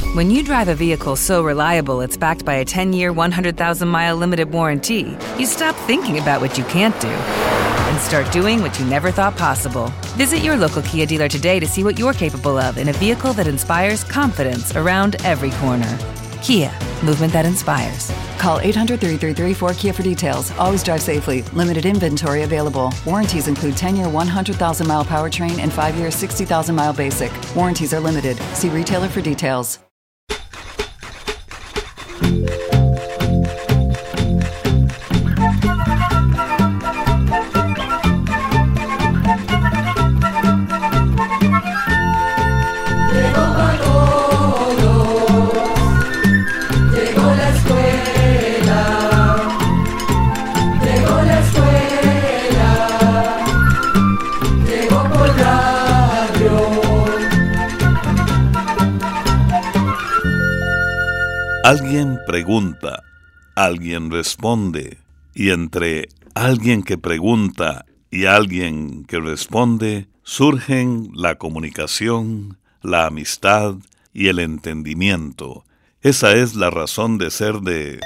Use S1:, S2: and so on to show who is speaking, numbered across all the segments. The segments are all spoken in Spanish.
S1: When you drive a vehicle so reliable it's backed by a 10-year, 100,000-mile limited warranty, you stop thinking about what you can't do and start doing what you never thought possible. Visit your local Kia dealer today to see what you're capable of in a vehicle that inspires confidence around every corner. Kia, movement that inspires.
S2: Call 800-333-4KIA for details. Always drive safely. Limited inventory available. Warranties include 10-year 100,000-mile powertrain and 5-year 60,000-mile basic. Warranties are limited. See retailer for details.
S3: Alguien pregunta, alguien responde, y entre alguien que pregunta y alguien que responde surgen la comunicación, la amistad y el entendimiento. Esa es la razón de ser de...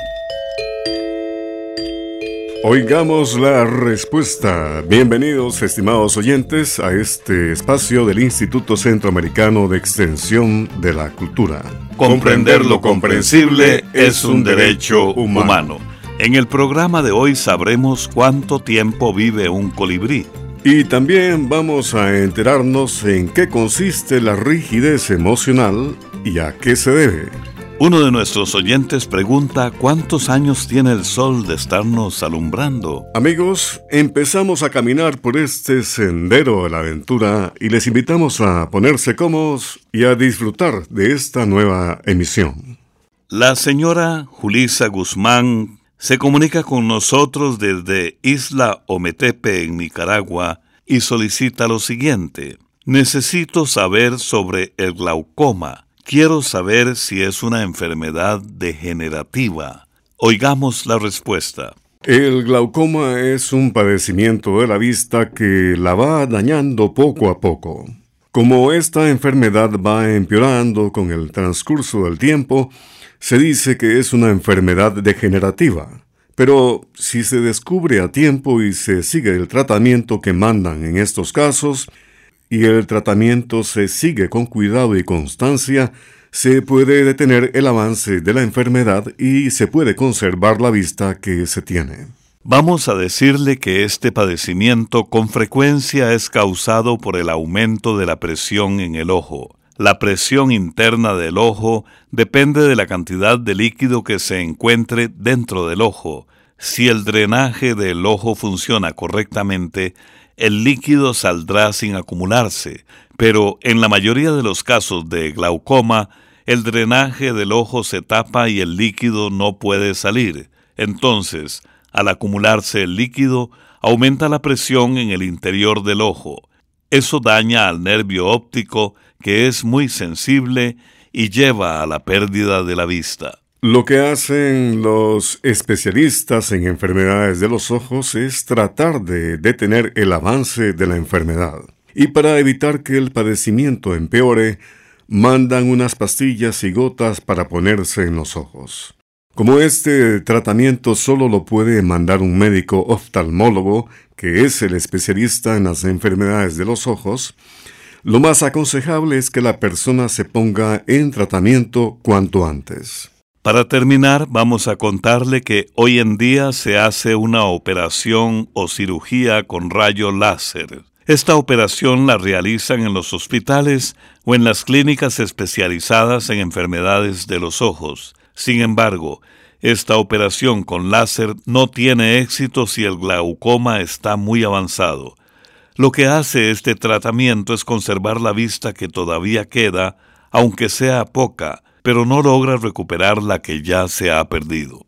S4: Oigamos la respuesta. Bienvenidos, estimados oyentes, a este espacio del Instituto Centroamericano de Extensión de la Cultura.
S3: Comprender lo comprensible es un derecho humano. En el programa de hoy sabremos cuánto tiempo vive un colibrí.
S4: Y también vamos a enterarnos en qué consiste la rigidez emocional y a qué se debe.
S3: Uno de nuestros oyentes pregunta cuántos años tiene el sol de estarnos alumbrando.
S4: Amigos, empezamos a caminar por este sendero de la aventura y les invitamos a ponerse cómodos y a disfrutar de esta nueva emisión.
S3: La señora Julisa Guzmán se comunica con nosotros desde Isla Ometepe, en Nicaragua, y solicita lo siguiente: necesito saber sobre el glaucoma. Quiero saber si es una enfermedad degenerativa. Oigamos la respuesta.
S4: El glaucoma es un padecimiento de la vista que la va dañando poco a poco. Como esta enfermedad va empeorando con el transcurso del tiempo, se dice que es una enfermedad degenerativa. Pero si se descubre a tiempo y se sigue el tratamiento que mandan en estos casos, y el tratamiento se sigue con cuidado y constancia, se puede detener el avance de la enfermedad y se puede conservar la vista que se tiene.
S3: Vamos a decirle que este padecimiento con frecuencia es causado por el aumento de la presión en el ojo. La presión interna del ojo depende de la cantidad de líquido que se encuentre dentro del ojo. Si el drenaje del ojo funciona correctamente, el líquido saldrá sin acumularse, pero en la mayoría de los casos de glaucoma, el drenaje del ojo se tapa y el líquido no puede salir. Entonces, al acumularse el líquido, aumenta la presión en el interior del ojo. Eso daña al nervio óptico, que es muy sensible, y lleva a la pérdida de la vista.
S4: Lo que hacen los especialistas en enfermedades de los ojos es tratar de detener el avance de la enfermedad. Y para evitar que el padecimiento empeore, mandan unas pastillas y gotas para ponerse en los ojos. Como este tratamiento solo lo puede mandar un médico oftalmólogo, que es el especialista en las enfermedades de los ojos, lo más aconsejable es que la persona se ponga en tratamiento cuanto antes.
S3: Para terminar, vamos a contarle que hoy en día se hace una operación o cirugía con rayo láser. Esta operación la realizan en los hospitales o en las clínicas especializadas en enfermedades de los ojos. Sin embargo, esta operación con láser no tiene éxito si el glaucoma está muy avanzado. Lo que hace este tratamiento es conservar la vista que todavía queda, aunque sea poca, pero no logra recuperar la que ya se ha perdido.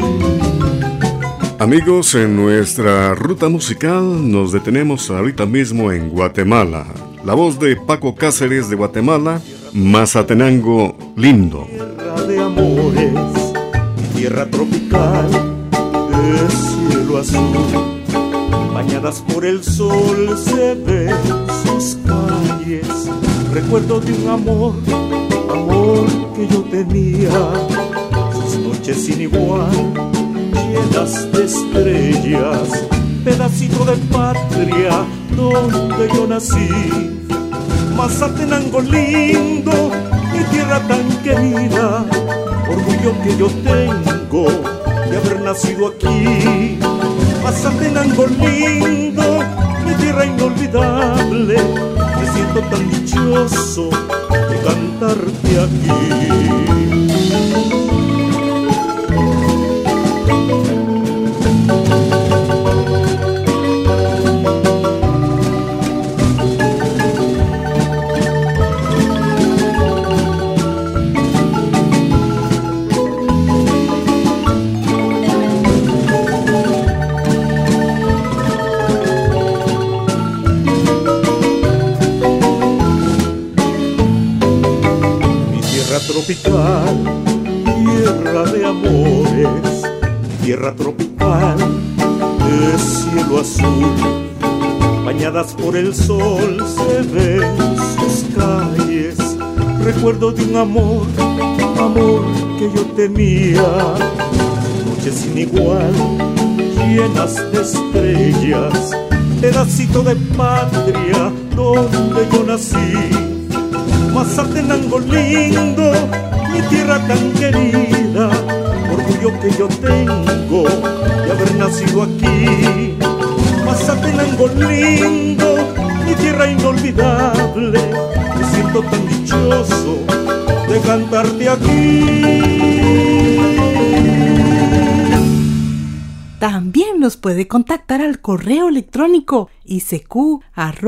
S4: Amigos, en nuestra ruta musical nos detenemos ahorita mismo en Guatemala. La voz de Paco Cáceres de Guatemala, Mazatenango lindo.
S5: Tierra de amores, tierra tropical, de cielo azul, bañadas por el sol se ven sus calles, recuerdo de un amor que yo tenía, sus noches sin igual, llenas de estrellas, pedacito de patria donde yo nací. Mazatenango lindo, mi tierra tan querida, orgullo que yo tengo de haber nacido aquí. Mazatenango lindo, mi tierra inolvidable, me siento tan dichoso de cantarte aquí. Tropical, tierra de amores, tierra tropical de cielo azul, bañadas por el sol se ven sus calles, recuerdo de un amor, amor que yo tenía, noches sin igual, llenas de estrellas, pedacito de patria donde yo nací. Mazatenango lindo, mi tierra tan querida, orgullo que yo tengo de haber nacido aquí. Mazatenango lindo, mi tierra inolvidable, me siento tan dichoso de cantarte aquí.
S6: También nos puede contactar al correo electrónico icq@icq.org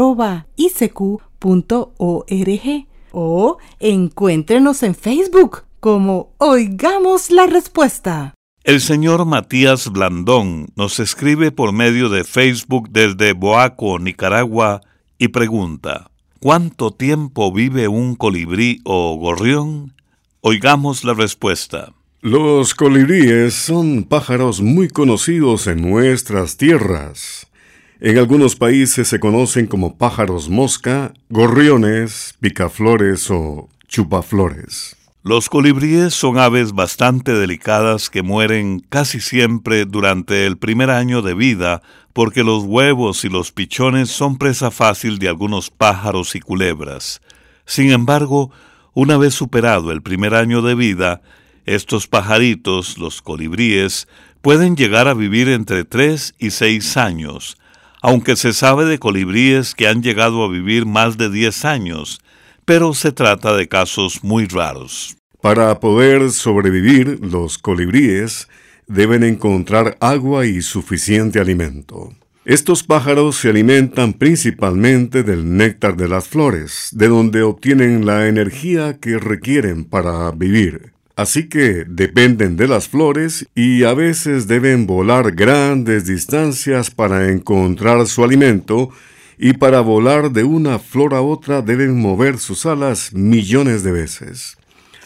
S6: o encuéntrenos en Facebook como Oigamos la Respuesta.
S3: El señor Matías Blandón nos escribe por medio de Facebook desde Boaco, Nicaragua, y pregunta: ¿cuánto tiempo vive un colibrí o gorrión? Oigamos la respuesta.
S4: Los colibríes son pájaros muy conocidos en nuestras tierras. En algunos países se conocen como pájaros mosca, gorriones, picaflores o chupaflores.
S3: Los colibríes son aves bastante delicadas que mueren casi siempre durante el primer año de vida porque los huevos y los pichones son presa fácil de algunos pájaros y culebras. Sin embargo, una vez superado el primer año de vida, estos pajaritos, los colibríes, pueden llegar a vivir entre 3 y 6 años, aunque se sabe de colibríes que han llegado a vivir más de 10 años, pero se trata de casos muy raros.
S4: Para poder sobrevivir, los colibríes deben encontrar agua y suficiente alimento. Estos pájaros se alimentan principalmente del néctar de las flores, de donde obtienen la energía que requieren para vivir. Así que dependen de las flores y a veces deben volar grandes distancias para encontrar su alimento, y para volar de una flor a otra deben mover sus alas millones de veces.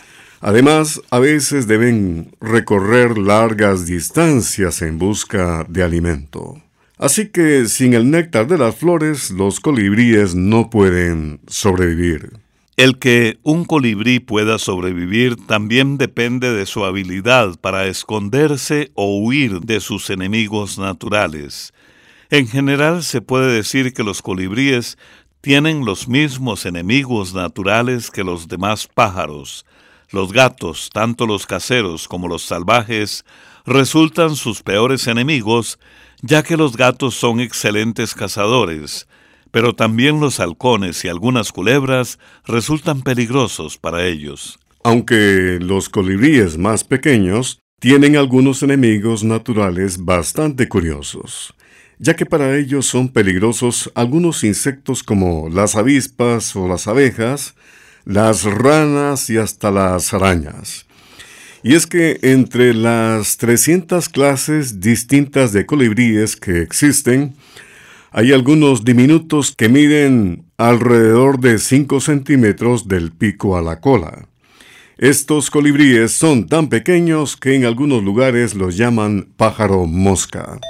S4: Además, a veces deben recorrer largas distancias en busca de alimento. Así que sin el néctar de las flores, los colibríes no pueden sobrevivir.
S3: El que un colibrí pueda sobrevivir también depende de su habilidad para esconderse o huir de sus enemigos naturales. En general se puede decir que los colibríes tienen los mismos enemigos naturales que los demás pájaros. Los gatos, tanto los caseros como los salvajes, resultan sus peores enemigos, ya que los gatos son excelentes cazadores, pero también los halcones y algunas culebras resultan peligrosos para ellos.
S4: Aunque los colibríes más pequeños tienen algunos enemigos naturales bastante curiosos, ya que para ellos son peligrosos algunos insectos como las avispas o las abejas, las ranas y hasta las arañas. Y es que entre las 300 clases distintas de colibríes que existen, hay algunos diminutos que miden alrededor de 5 centímetros del pico a la cola. Estos colibríes son tan pequeños que en algunos lugares los llaman pájaro mosca.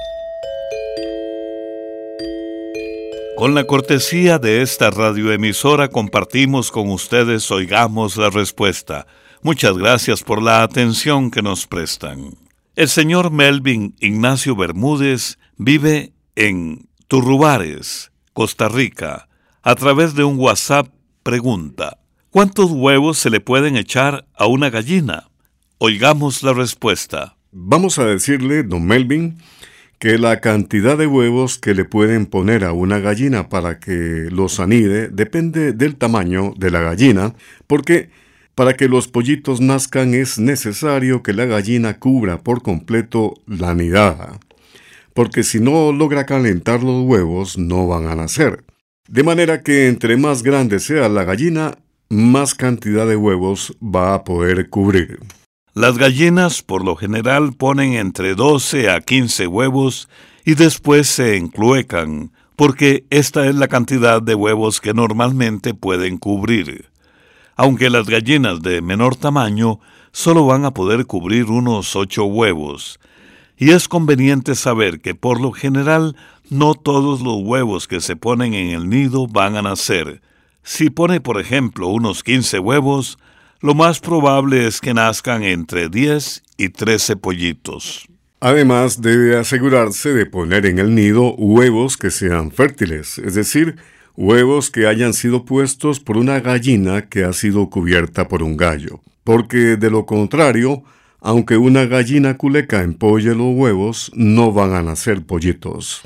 S3: Con la cortesía de esta radioemisora compartimos con ustedes Oigamos la Respuesta. Muchas gracias por la atención que nos prestan. El señor Melvin Ignacio Bermúdez vive en Turrubares, Costa Rica. A través de un WhatsApp pregunta: ¿cuántos huevos se le pueden echar a una gallina? Oigamos la respuesta.
S4: Vamos a decirle, don Melvin, que la cantidad de huevos que le pueden poner a una gallina para que los anide depende del tamaño de la gallina, porque para que los pollitos nazcan es necesario que la gallina cubra por completo la nidada, porque si no logra calentar los huevos no van a nacer. De manera que entre más grande sea la gallina, más cantidad de huevos va a poder cubrir.
S3: Las gallinas por lo general ponen entre 12 a 15 huevos y después se encluecan, porque esta es la cantidad de huevos que normalmente pueden cubrir. Aunque las gallinas de menor tamaño solo van a poder cubrir unos 8 huevos. Y es conveniente saber que por lo general no todos los huevos que se ponen en el nido van a nacer. Si pone, por ejemplo, unos 15 huevos, lo más probable es que nazcan entre 10 y 13 pollitos.
S4: Además, debe asegurarse de poner en el nido huevos que sean fértiles, es decir, huevos que hayan sido puestos por una gallina que ha sido cubierta por un gallo. Porque de lo contrario, aunque una gallina culeca empolle los huevos, no van a nacer pollitos.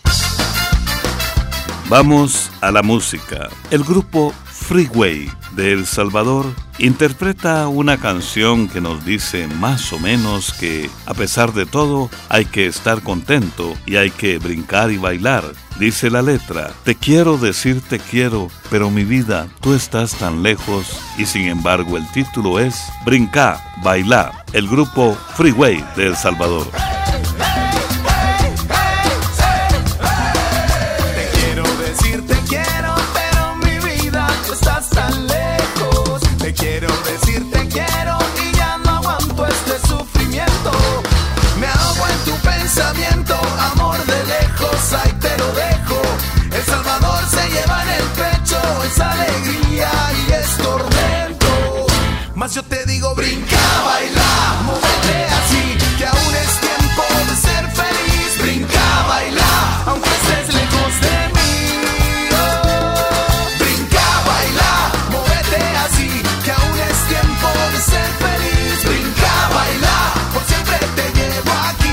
S3: Vamos a la música. El grupo Freeway de El Salvador interpreta una canción que nos dice más o menos que, a pesar de todo, hay que estar contento y hay que brincar y bailar. Dice la letra: te quiero decir te quiero, pero mi vida, tú estás tan lejos. Y sin embargo el título es Brinca, Bailá. El grupo Freeway de El Salvador.
S7: Amor de lejos, ay, te lo dejo. El Salvador se lleva en el pecho esa alegría y es tormento. Mas yo te digo, brinca, baila, móvete así, que aún es tiempo de ser feliz. Brinca, baila, aunque estés lejos de mí. Oh, brinca, baila, móvete así, que aún es tiempo de ser feliz. Brinca, baila, por siempre te llevo aquí.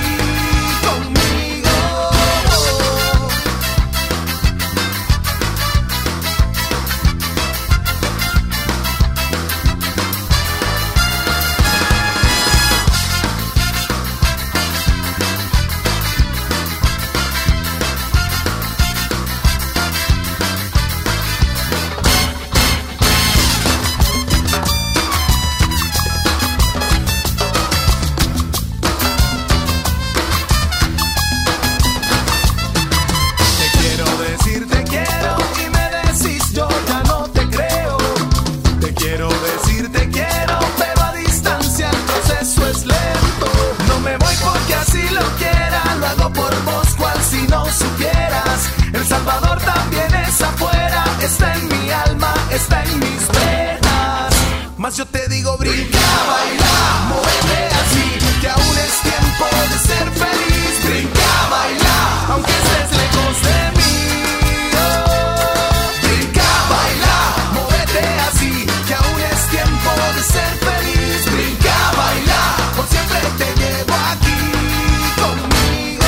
S7: Yo te digo, brinca, baila, móvete así, que aún es tiempo de ser feliz. Brinca, baila, aunque estés lejos de mí. Oh, brinca, baila, móvete así, que aún es tiempo de ser feliz. Brinca, baila, por siempre te llevo aquí conmigo.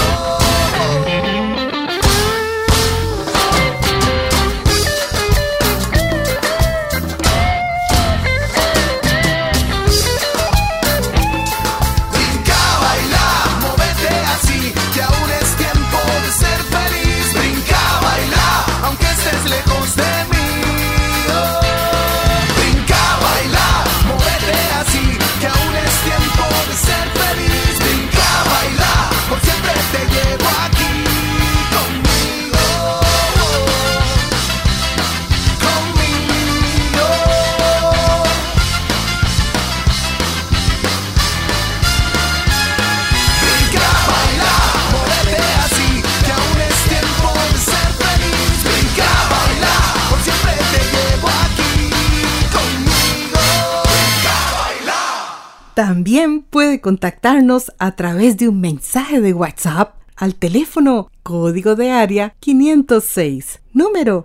S6: También puede contactarnos a través de un mensaje de WhatsApp al teléfono código de área 506, número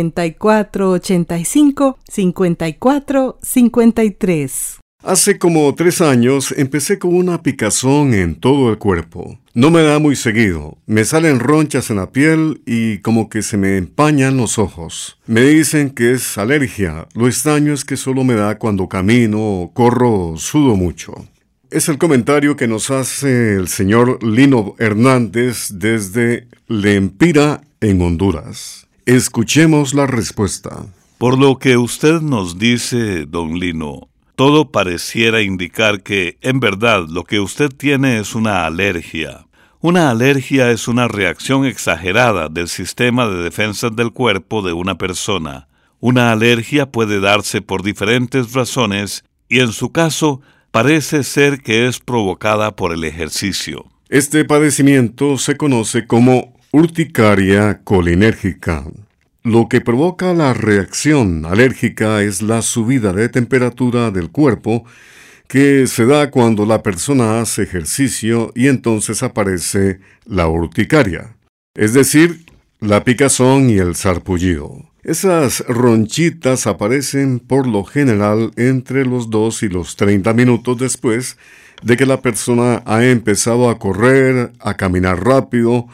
S6: 8485-5453.
S4: Hace como 3 años empecé con una picazón en todo el cuerpo. No me da muy seguido, me salen ronchas en la piel y como que se me empañan los ojos. Me dicen que es alergia, lo extraño es que solo me da cuando camino, corro o sudo mucho. Es el comentario que nos hace el señor Lino Hernández desde Lempira, en Honduras. Escuchemos la respuesta.
S3: Por lo que usted nos dice, don Lino, todo pareciera indicar que, en verdad, lo que usted tiene es una alergia. Una alergia es una reacción exagerada del sistema de defensas del cuerpo de una persona. Una alergia puede darse por diferentes razones y, en su caso, parece ser que es provocada por el ejercicio.
S4: Este padecimiento se conoce como urticaria colinérgica. Lo que provoca la reacción alérgica es la subida de temperatura del cuerpo que se da cuando la persona hace ejercicio y entonces aparece la urticaria, es decir, la picazón y el sarpullido. Esas ronchitas aparecen por lo general entre los 2 y los 30 minutos después de que la persona ha empezado a correr, a caminar rápido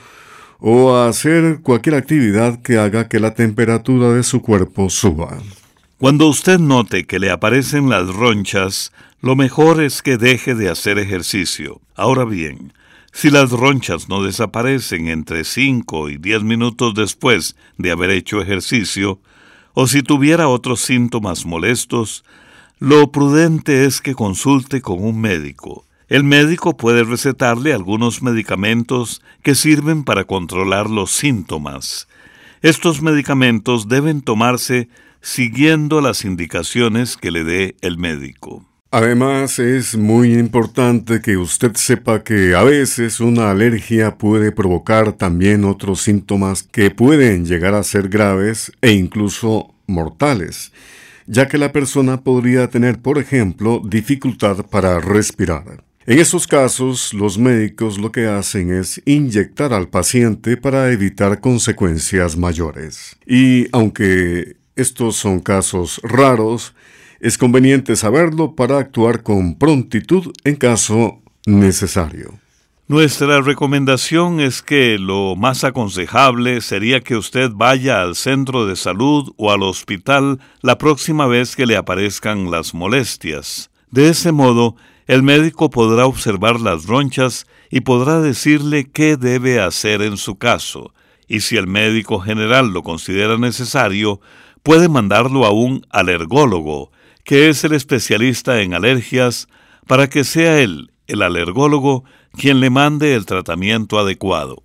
S4: o a hacer cualquier actividad que haga que la temperatura de su cuerpo suba.
S3: Cuando usted note que le aparecen las ronchas, lo mejor es que deje de hacer ejercicio. Ahora bien, si las ronchas no desaparecen entre 5 y 10 minutos después de haber hecho ejercicio, o si tuviera otros síntomas molestos, lo prudente es que consulte con un médico. El médico puede recetarle algunos medicamentos que sirven para controlar los síntomas. Estos medicamentos deben tomarse siguiendo las indicaciones que le dé el médico.
S4: Además, es muy importante que usted sepa que a veces una alergia puede provocar también otros síntomas que pueden llegar a ser graves e incluso mortales, ya que la persona podría tener, por ejemplo, dificultad para respirar. En esos casos, los médicos lo que hacen es inyectar al paciente para evitar consecuencias mayores. Y aunque estos son casos raros, es conveniente saberlo para actuar con prontitud en caso necesario.
S3: Nuestra recomendación es que lo más aconsejable sería que usted vaya al centro de salud o al hospital la próxima vez que le aparezcan las molestias. De ese modo, el médico podrá observar las ronchas y podrá decirle qué debe hacer en su caso. Y si el médico general lo considera necesario, puede mandarlo a un alergólogo, que es el especialista en alergias, para que sea él, el alergólogo, quien le mande el tratamiento adecuado.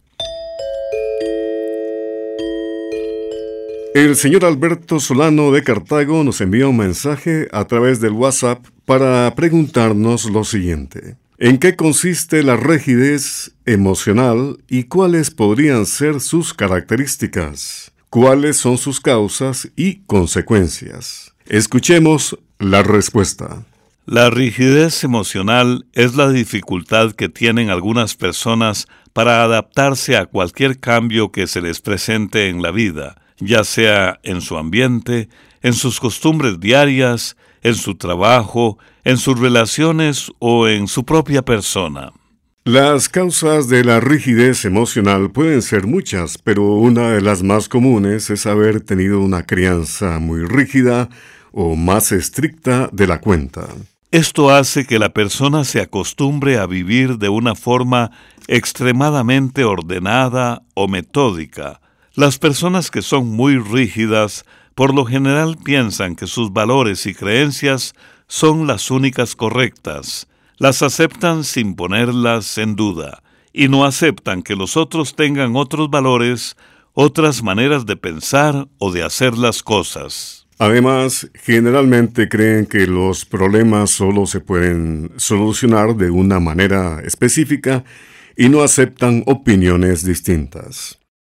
S4: El señor Alberto Solano de Cartago nos envía un mensaje a través del WhatsApp para preguntarnos lo siguiente. ¿En qué consiste la rigidez emocional y cuáles podrían ser sus características? ¿Cuáles son sus causas y consecuencias? Escuchemos la respuesta.
S3: La rigidez emocional es la dificultad que tienen algunas personas para adaptarse a cualquier cambio que se les presente en la vida, ya sea en su ambiente, en sus costumbres diarias, en su trabajo, en sus relaciones o en su propia persona.
S4: Las causas de la rigidez emocional pueden ser muchas, pero una de las más comunes es haber tenido una crianza muy rígida o más estricta de la cuenta.
S3: Esto hace que la persona se acostumbre a vivir de una forma extremadamente ordenada o metódica. Las personas que son muy rígidas, por lo general piensan que sus valores y creencias son las únicas correctas. Las aceptan sin ponerlas en duda, y no aceptan que los otros tengan otros valores, otras maneras de pensar o de hacer las cosas.
S4: Además, generalmente creen que los problemas solo se pueden solucionar de una manera específica y no aceptan opiniones distintas.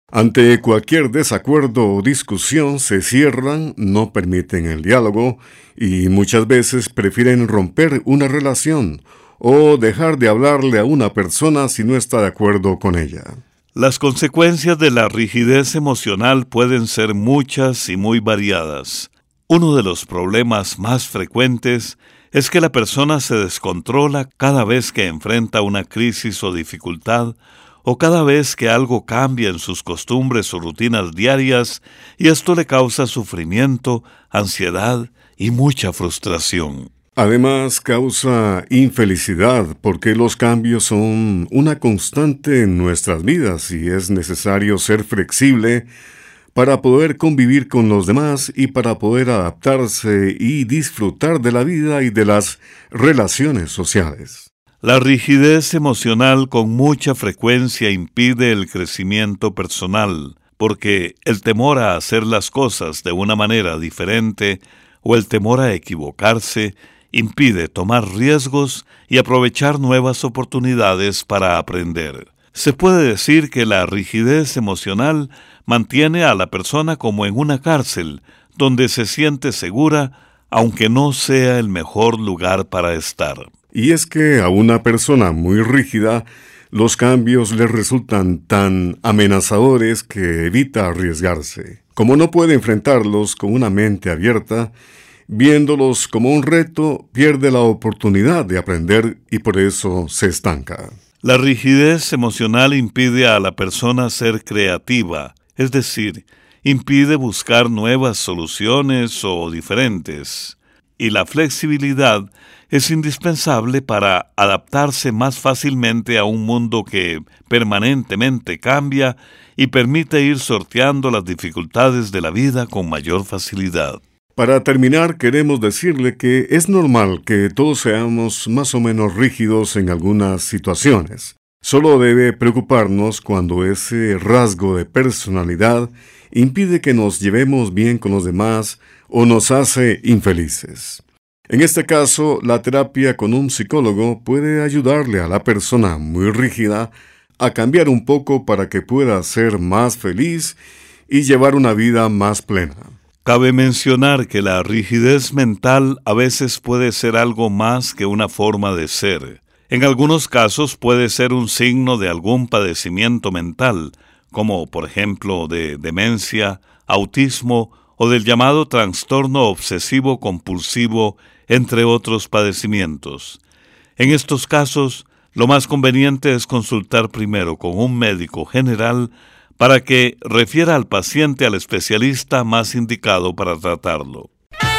S4: Ante cualquier desacuerdo o discusión se cierran, no permiten el diálogo y muchas veces prefieren romper una relación o dejar de hablarle a una persona si no está de acuerdo con ella.
S3: Las consecuencias de la rigidez emocional pueden ser muchas y muy variadas. Uno de los problemas más frecuentes es que la persona se descontrola cada vez que enfrenta una crisis o dificultad, o cada vez que algo cambia en sus costumbres o rutinas diarias, y esto le causa sufrimiento, ansiedad y mucha frustración.
S4: Además, causa infelicidad porque los cambios son una constante en nuestras vidas y es necesario ser flexible para poder convivir con los demás y para poder adaptarse y disfrutar de la vida y de las relaciones sociales.
S3: La rigidez emocional con mucha frecuencia impide el crecimiento personal, porque el temor a hacer las cosas de una manera diferente o el temor a equivocarse impide tomar riesgos y aprovechar nuevas oportunidades para aprender. Se puede decir que la rigidez emocional mantiene a la persona como en una cárcel, donde se siente segura, aunque no sea el mejor lugar para estar.
S4: Y es que a una persona muy rígida, los cambios le resultan tan amenazadores que evita arriesgarse. Como no puede enfrentarlos con una mente abierta, viéndolos como un reto, pierde la oportunidad de aprender y por eso se estanca.
S3: La rigidez emocional impide a la persona ser creativa, es decir, impide buscar nuevas soluciones o diferentes. Y la flexibilidad es indispensable para adaptarse más fácilmente a un mundo que permanentemente cambia y permite ir sorteando las dificultades de la vida con mayor facilidad.
S4: Para terminar, queremos decirle que es normal que todos seamos más o menos rígidos en algunas situaciones. Solo debe preocuparnos cuando ese rasgo de personalidad impide que nos llevemos bien con los demás o nos hace infelices. En este caso, la terapia con un psicólogo puede ayudarle a la persona muy rígida a cambiar un poco para que pueda ser más feliz y llevar una vida más plena.
S3: Cabe mencionar que la rigidez mental a veces puede ser algo más que una forma de ser. En algunos casos puede ser un signo de algún padecimiento mental, como por ejemplo de demencia, autismo o del llamado trastorno obsesivo-compulsivo, entre otros padecimientos. En estos casos, lo más conveniente es consultar primero con un médico general para que refiera al paciente al especialista más indicado para tratarlo.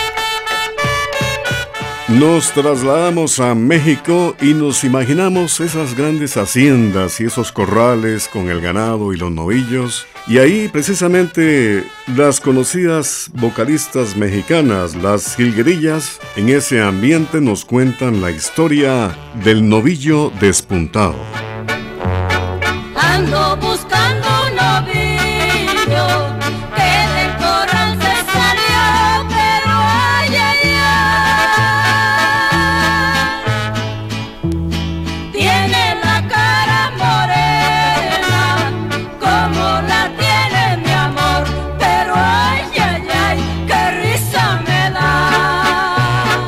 S4: Nos trasladamos a México y nos imaginamos esas grandes haciendas y esos corrales con el ganado y los novillos. Y ahí precisamente las conocidas vocalistas mexicanas, las jilguerillas, en ese ambiente nos cuentan la historia del novillo despuntado.
S8: Ando buscando un novillo que del corral se salió, pero ay, ay, ay. Tiene la cara morena como la tiene mi amor, pero ay, ay, ay, qué risa me da.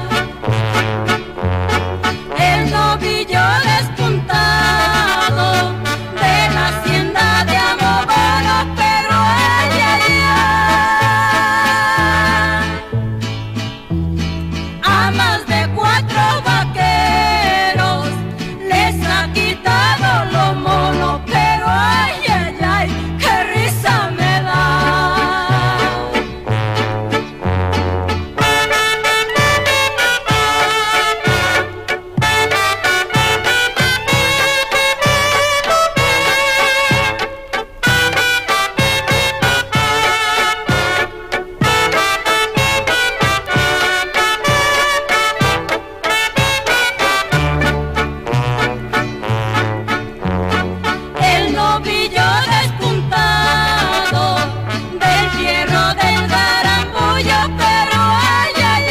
S8: El novillo despuntado de la hacienda de Amoboro, pero ay, ay, ay. A más de 4 vaqueros les ha quitado lo mono, pero ay, ay, ay, qué risa me da. El novillo despuntado del fierro del garambullo, pero ay, ay,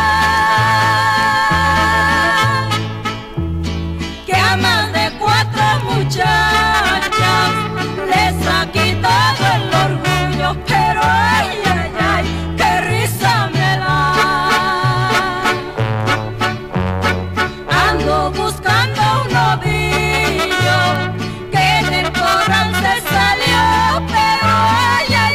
S8: ay, que a más de 4 muchachas les ha quitado buscando un novillo que en el corral se salió, pero ay, ay,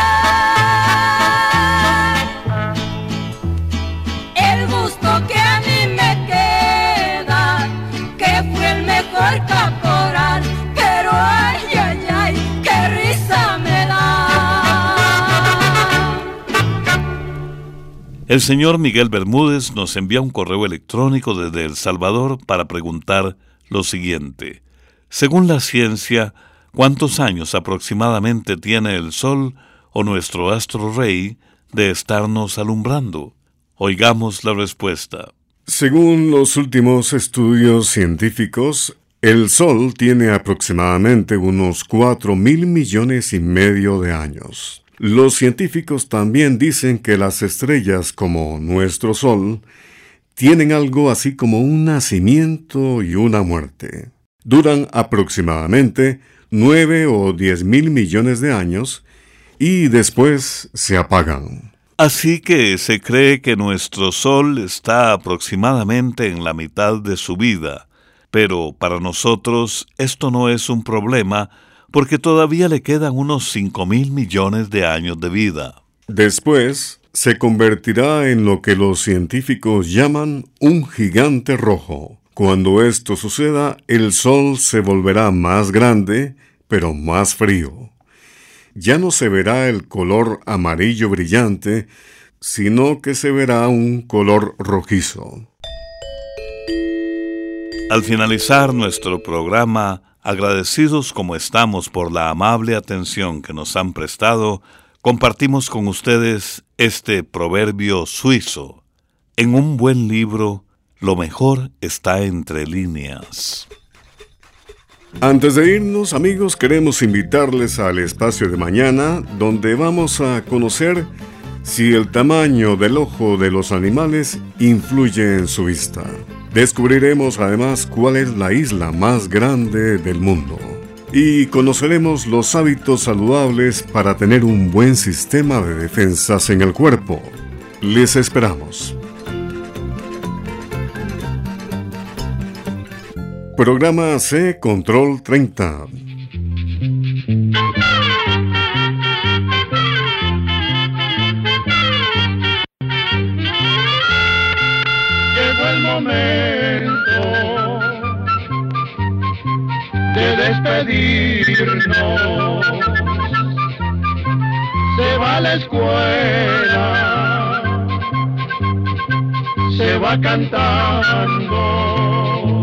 S8: ay. El gusto que a mí me queda, que fue el mejor caporal, pero ay, ay, ay, qué risa me da.
S3: El señor Miguel Bermúdez nos envía un correo electrónico desde El Salvador para preguntar lo siguiente. Según la ciencia, ¿cuántos años aproximadamente tiene el Sol o nuestro astro rey de estarnos alumbrando? Oigamos la respuesta.
S4: Según los últimos estudios científicos, el Sol tiene aproximadamente unos 4.000 millones y medio de años. Los científicos también dicen que las estrellas como nuestro Sol tienen algo así como un nacimiento y una muerte. Duran aproximadamente 9 o 10.000 millones de años y después se apagan.
S3: Así que se cree que nuestro Sol está aproximadamente en la mitad de su vida, pero para nosotros esto no es un problema porque todavía le quedan unos 5.000 millones de años de vida.
S4: Después se convertirá en lo que los científicos llaman un gigante rojo. Cuando esto suceda, el Sol se volverá más grande, pero más frío. Ya no se verá el color amarillo brillante, sino que se verá un color rojizo.
S3: Al finalizar nuestro programa, agradecidos como estamos por la amable atención que nos han prestado, compartimos con ustedes este proverbio suizo. En un buen libro, lo mejor está entre líneas.
S4: Antes de irnos, amigos, queremos invitarles al espacio de mañana, donde vamos a conocer si el tamaño del ojo de los animales influye en su vista. Descubriremos además cuál es la isla más grande del mundo. Y conoceremos los hábitos saludables para tener un buen sistema de defensas en el cuerpo. Les esperamos. Programa C Control 30.
S9: Llegó el momento de despedirnos. Se va a la escuela, se va cantando.